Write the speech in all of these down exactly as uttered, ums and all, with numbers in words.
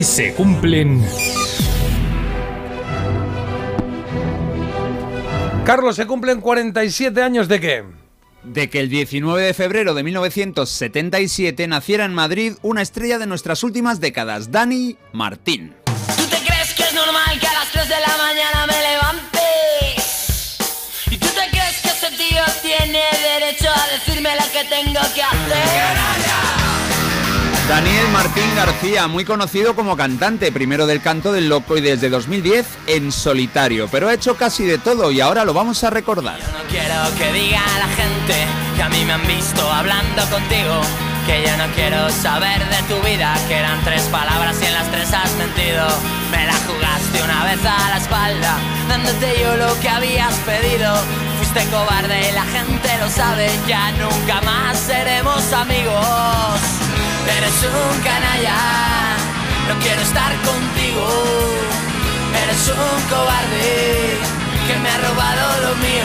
Se cumplen... Carlos, ¿se cumplen cuarenta y siete años de qué? De que el diecinueve de febrero de mil novecientos setenta y siete naciera en Madrid una estrella de nuestras últimas décadas, Dani Martín. ¿Tú te crees que es normal que a las tres de la mañana me levante? ¿Y tú te crees que ese tío tiene derecho a decirme lo que tengo que hacer? Daniel Martín García, muy conocido como cantante, primero del Canto del Loco y desde dos mil diez en solitario, pero ha hecho casi de todo y ahora lo vamos a recordar. Yo no quiero que diga a la gente que a mí me han visto hablando contigo, que yo no quiero saber de tu vida, que eran tres palabras y en las tres has mentido. Me la jugaste una vez a la espalda, dándote yo lo que habías pedido. Fuiste cobarde y la gente lo sabe, ya nunca más seremos amigos. Eres un canalla, no quiero estar contigo. Eres un cobarde que me ha robado lo mío.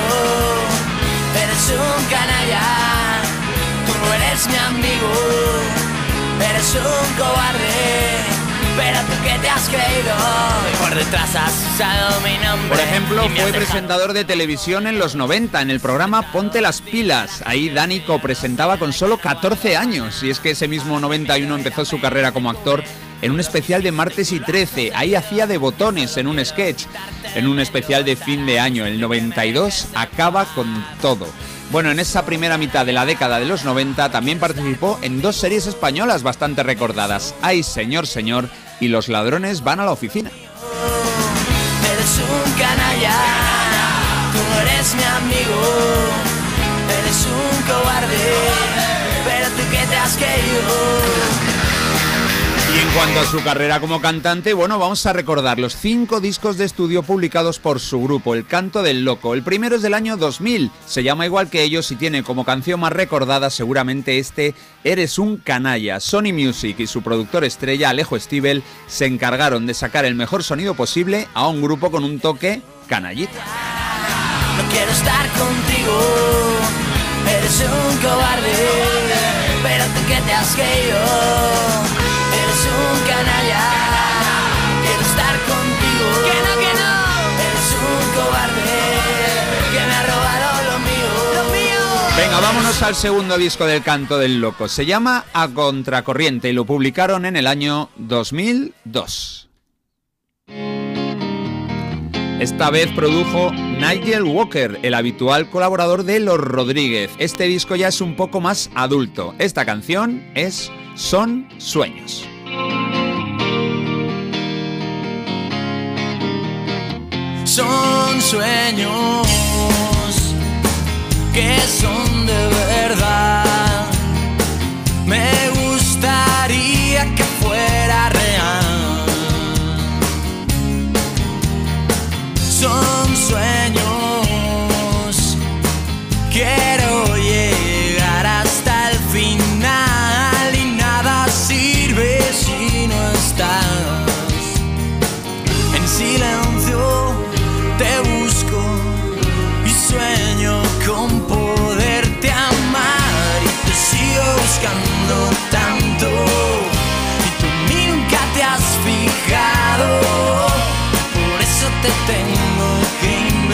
Eres un canalla, tú no eres mi amigo. Eres un cobarde, pero tú que te has creído. Y por detrás has usado mi nombre. Por ejemplo, fue presentador de televisión en los noventa, en el programa Ponte las pilas. Ahí Dani copresentaba con solo catorce años. Y es que ese mismo noventa y uno empezó su carrera como actor en un especial de Martes y trece. Ahí hacía de botones en un sketch, en un especial de fin de año. El noventa y dos acaba con todo. Bueno, en esa primera mitad de la década de los noventa también participó en dos series españolas bastante recordadas, Ay, señor, señor y Los ladrones van a la oficina. Eres un canalla, tú no eres mi amigo. Eres un cobarde, pero tú que te has creído. Y en cuanto a su carrera como cantante, bueno, vamos a recordar los cinco discos de estudio publicados por su grupo, El Canto del Loco. El primero es del año dos mil, se llama igual que ellos y tiene como canción más recordada seguramente este Eres un canalla. Sony Music y su productor estrella Alejo Stivel se encargaron de sacar el mejor sonido posible a un grupo con un toque canallita. No quiero estar contigo, eres un cobarde, pero tú que te has creído. Eres un canalla, quiero estar contigo. Que no, que no. Eres un cobarde, que me ha robado lo mío, lo mío. Venga, vámonos al segundo disco del Canto del Loco. Se llama A Contracorriente y lo publicaron en el año dos mil dos. Esta vez produjo Nigel Walker, el habitual colaborador de Los Rodríguez. Este disco ya es un poco más adulto. Esta canción es Son Sueños. Son sueños que son de verdad. Me gustaría que fuera real. Son sueños, quiero llegar hasta el final y nada sirve si no estás. En silencio te busco y sueño con poderte amar y te sigo buscando tanto y tú nunca te has fijado, por eso te tengo que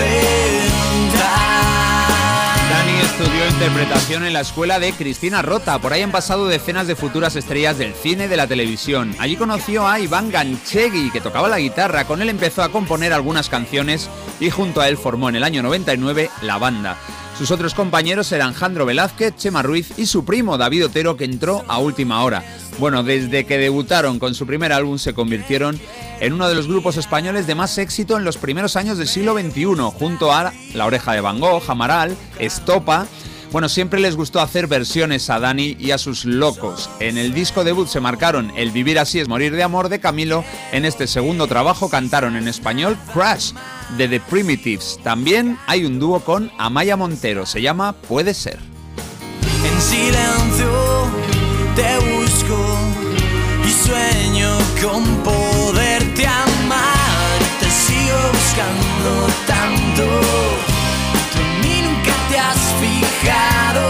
inventar. Dani estudió interpretación en la escuela de Cristina Rota. Por ahí han pasado decenas de futuras estrellas del cine y de la televisión. Allí conoció a Iván Ganchegui, que tocaba la guitarra. Con él empezó a componer algunas canciones y junto a él formó en el año noventa y nueve La Banda. Sus otros compañeros eran Jandro Velázquez, Chema Ruiz y su primo David Otero, que entró a última hora. Bueno, desde que debutaron con su primer álbum se convirtieron en uno de los grupos españoles de más éxito en los primeros años del siglo veintiuno, junto a La Oreja de Van Gogh, Amaral, Estopa. Bueno, siempre les gustó hacer versiones a Dani y a sus locos. En el disco debut se marcaron El vivir así es morir de amor de Camilo. En este segundo trabajo cantaron en español Crash de The Primitives. También hay un dúo con Amaya Montero, se llama Puede ser. En silencio te busco y sueño con poderte amar. Te sigo buscando tanto, tú en mí nunca te has fijado,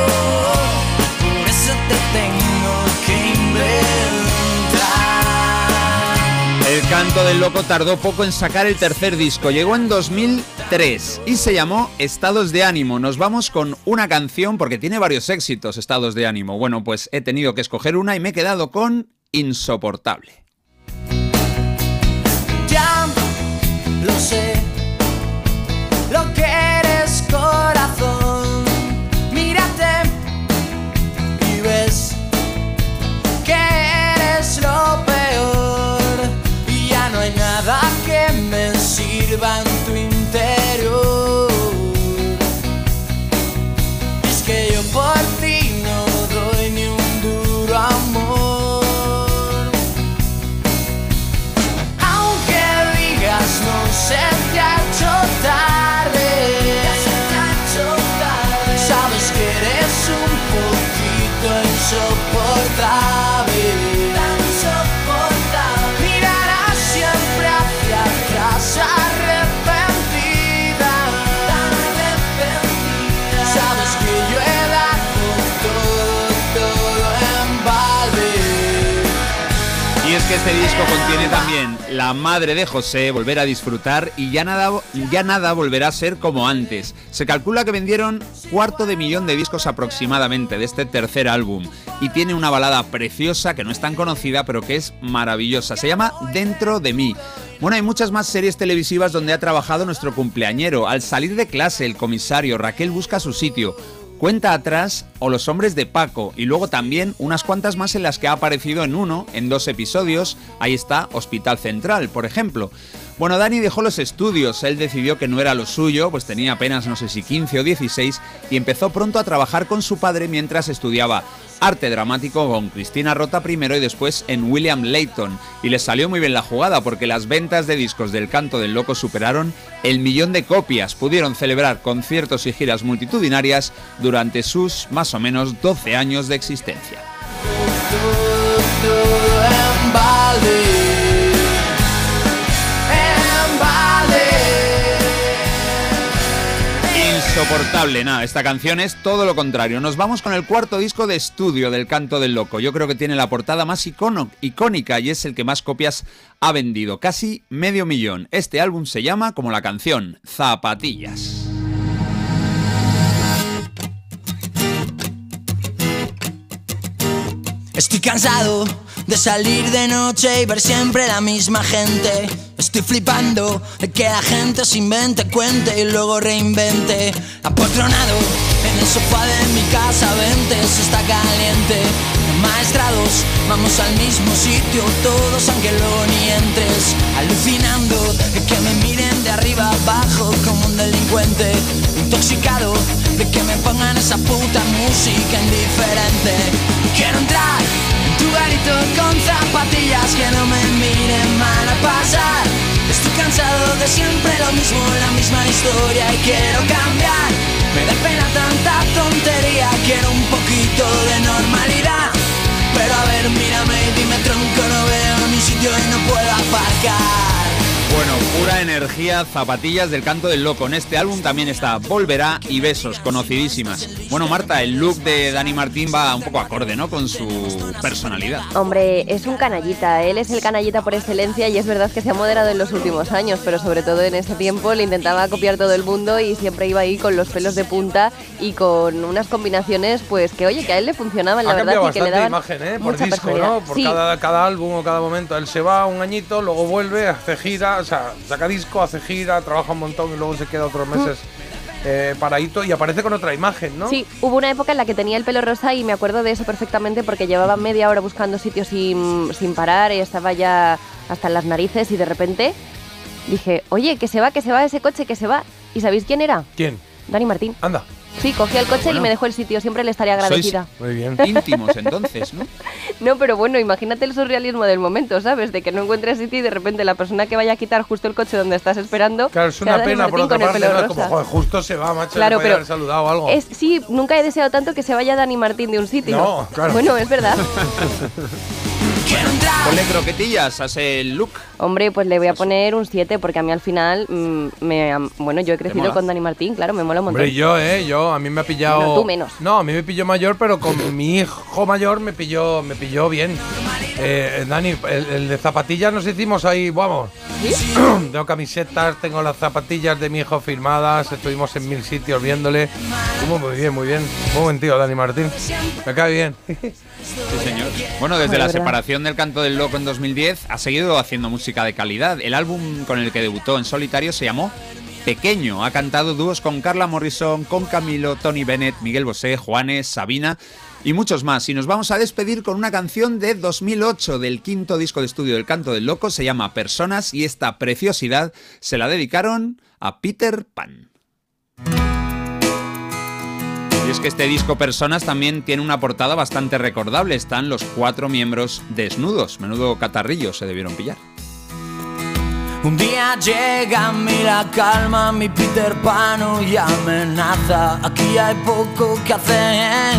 por eso te tengo que inventar. Canto del Loco tardó poco en sacar el tercer disco, llegó en dos mil tres y se llamó Estados de Ánimo. Nos vamos con una canción porque tiene varios éxitos, Estados de Ánimo. Bueno, pues he tenido que escoger una y me he quedado con Insoportable. Ya lo sé, lo que eres, corazón. Mírate y ves que eres lo peor y ya no hay nada que me sirva en tu interior. Es que yo por ti no doy ni un duro amor. Aunque digas no se te ha hecho tarde, ya se te ha hecho tarde. Sabes que eres un poquito insoportable, tan insoportable. Mirarás siempre hacia atrás arrepentida, tan arrepentida. Sabes que yo he dado todo, todo en balde. Y es que este disco contiene también La madre de José, Volver a disfrutar y ya nada, ya nada volverá a ser como antes. Se calcula que vendieron cuarto de millón de discos aproximadamente de este tercer álbum y tiene una balada preciosa que no es tan conocida pero que es maravillosa. Se llama Dentro de mí. Bueno, hay muchas más series televisivas donde ha trabajado nuestro cumpleañero. Al salir de clase, El comisario, Raquel busca su sitio, Cuenta atrás o Los hombres de Paco, y luego también unas cuantas más en las que ha aparecido en uno, en dos episodios. Ahí está Hospital Central, por ejemplo. Bueno, Dani dejó los estudios, él decidió que no era lo suyo, pues tenía apenas no sé si quince o dieciséis, y empezó pronto a trabajar con su padre mientras estudiaba arte dramático con Cristina Rota primero y después en William Layton. Y les salió muy bien la jugada porque las ventas de discos del Canto del Loco superaron el millón de copias. Pudieron celebrar conciertos y giras multitudinarias durante sus más o menos doce años de existencia. Insoportable, nada, esta canción es todo lo contrario. Nos vamos con el cuarto disco de estudio del Canto del Loco. Yo creo que tiene la portada más icono, icónica y es el que más copias ha vendido, casi medio millón. Este álbum se llama, como la canción, Zapatillas. Estoy cansado de salir de noche y ver siempre la misma gente. Estoy flipando de que la gente se invente, cuente y luego reinvente. Apoltronado en el sofá de mi casa, vente, se está caliente. Maestrados, vamos al mismo sitio todos aunque luego ni entres. Alucinando de que me miren de arriba abajo como un delincuente. Intoxicado de que me pongan esa puta música indiferente. Quiero entrar en tu garito con zapatillas que no me miren mal a pasar. Estoy cansado de siempre lo mismo, la misma historia y quiero cambiar. Me da pena tanta tontería, quiero un poquito de normalidad. Pero a ver, mírame y dime tronco, no veo mi sitio y no puedo aparcar. Bueno, pura energía, Zapatillas del Canto del Loco. En este álbum también está Volverá y Besos, conocidísimas. Bueno, Marta, el look de Dani Martín va un poco acorde, ¿no?, con su personalidad. Hombre, es un canallita, él es el canallita por excelencia y es verdad que se ha moderado en los últimos años, pero sobre todo en ese tiempo le intentaba copiar todo el mundo y siempre iba ahí con los pelos de punta y con unas combinaciones, pues que oye, que a él le funcionaban, la ha verdad, y que le daban imagen, ¿eh? Por mucha disco, personalidad. ¿no? Por sí. cada, cada álbum o cada momento. Él se va un añito, luego vuelve, hace gira, o sea, saca disco, hace gira, trabaja un montón y luego se queda otros meses eh, paradito y aparece con otra imagen, ¿no? Sí, hubo una época en la que tenía el pelo rosa y me acuerdo de eso perfectamente porque llevaba media hora buscando sitios sin, sin parar y estaba ya hasta en las narices y de repente dije, oye, que se va, que se va ese coche, que se va. ¿Y sabéis quién era? ¿Quién? Dani Martín. Anda. Sí, cogí el coche Bueno. y me dejó el sitio, siempre le estaría agradecida. Sois Muy bien. íntimos entonces, ¿no? No, pero bueno, imagínate el surrealismo del momento, ¿sabes? De que no encuentres sitio y de repente la persona que vaya a quitar justo el coche donde estás esperando... Claro, es una sea Dani pena por Martín otra con el parte, pelo ¿no? Es rosa. como, joder, justo se va, macho, Claro, le podía pero haber saludado o algo. Es, sí, nunca he deseado tanto que se vaya Dani Martín de un sitio. No, claro. Bueno, es verdad. Ponle croquetillas a ese look. Hombre, pues le voy a poner un siete porque a mí al final, mmm, me, bueno, yo he crecido mola? con Dani Martín, claro, me mola un montón. Hombre, yo, eh, yo, a mí me ha pillado… Bueno, tú menos. No, a mí me pilló mayor, pero con mi hijo mayor me pilló, me pilló bien. Eh, Dani, el, el de zapatillas nos hicimos ahí, vamos. ¿Sí? Tengo camisetas, tengo las zapatillas de mi hijo firmadas, estuvimos en mil sitios viéndole. Muy, muy bien, muy bien. Muy buen tío, Dani Martín. Me cae bien. Sí, señor. Bueno, desde la separación del Canto del Loco en dos mil diez ha seguido haciendo música de calidad. El álbum con el que debutó en solitario se llamó Pequeño. Ha cantado dúos con Carla Morrison, con Camilo, Tony Bennett, Miguel Bosé, Juanes, Sabina y muchos más. Y nos vamos a despedir con una canción de dos mil ocho del quinto disco de estudio del Canto del Loco. Se llama Personas y esta preciosidad se la dedicaron a Peter Pan. Y es que este disco Personas también tiene una portada bastante recordable. Están los cuatro miembros desnudos. Menudo catarrillo se debieron pillar. Un día llega a mí la calma, mi Peter Pan y amenaza. Aquí hay poco que hacer.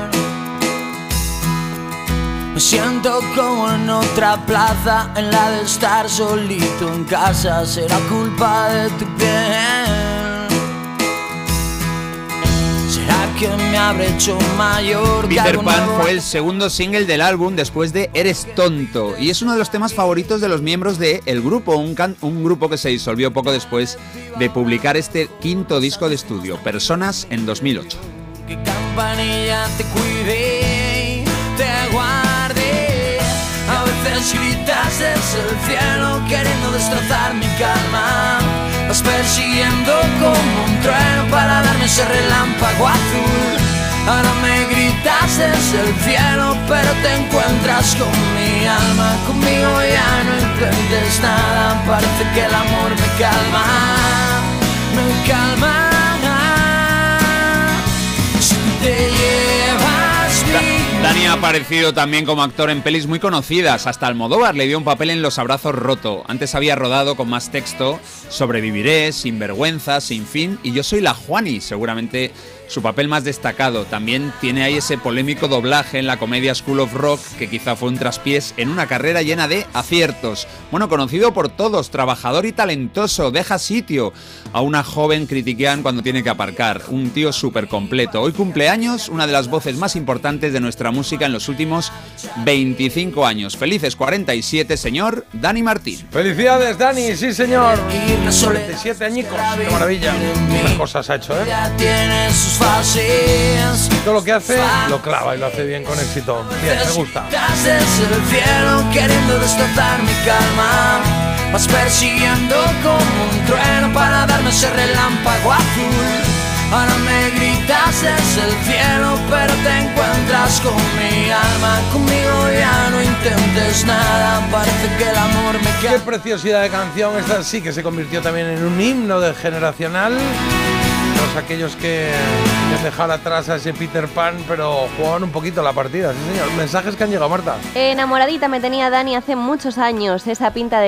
Me siento como en otra plaza, en la de estar solito en casa. Será culpa de tu piel. ¿Será que me habré hecho mayor? Peter Pan fue el segundo single del álbum después de Eres tonto y es uno de los temas favoritos de los miembros de El Grupo, un, can- un grupo que se disolvió poco después de publicar este quinto disco de estudio, Personas, en dos mil ocho. Que campanilla te cuidé, te guardé. A veces gritas desde el cielo queriendo destrozar mi calma. Vas persiguiendo como un trueno para darme ese relámpago azul. Ahora me gritas desde el cielo, pero te encuentras con mi alma. Conmigo ya no intentes nada, parece que el amor me calma, me calma. Si te llevas mi... Dani ha aparecido también como actor en pelis muy conocidas. Hasta Almodóvar le dio un papel en Los Abrazos Roto. Antes había rodado con más texto Sobreviviré, Sinvergüenza, Sin Fin y Yo soy la Juani, seguramente su papel más destacado. También tiene ahí ese polémico doblaje en la comedia School of Rock, que quizá fue un traspiés en una carrera llena de aciertos. Bueno, conocido por todos, trabajador y talentoso, deja sitio a una joven critiquean cuando tiene que aparcar. Un tío súper completo. Hoy cumpleaños, una de las voces más importantes de nuestra música en los últimos veinticinco años. Felices cuarenta y siete, señor Dani Martín. Felicidades, Dani, sí señor. cuarenta y siete añicos, qué maravilla. Qué cosas ha hecho, ¿eh? Ya tiene sus fases. Y todo lo que hace, lo clava y lo hace bien, con éxito. Bien, me gusta. Desde el cielo queriendo destrozar mi calma. Vas persiguiendo como un trueno para darme ese relámpago azul. Ahora me gritas desde el cielo, pero te encuentras con mi alma. Conmigo ya no intentes nada, parece que el amor me Qué cae. preciosidad de canción. Esta sí que se convirtió también en un himno de generacional. Todos aquellos que quieren dejar atrás a ese Peter Pan, pero jugaban un poquito la partida. Sí, señor. Mensajes que han llegado, Marta. Enamoradita me tenía Dani hace muchos años, esa pinta de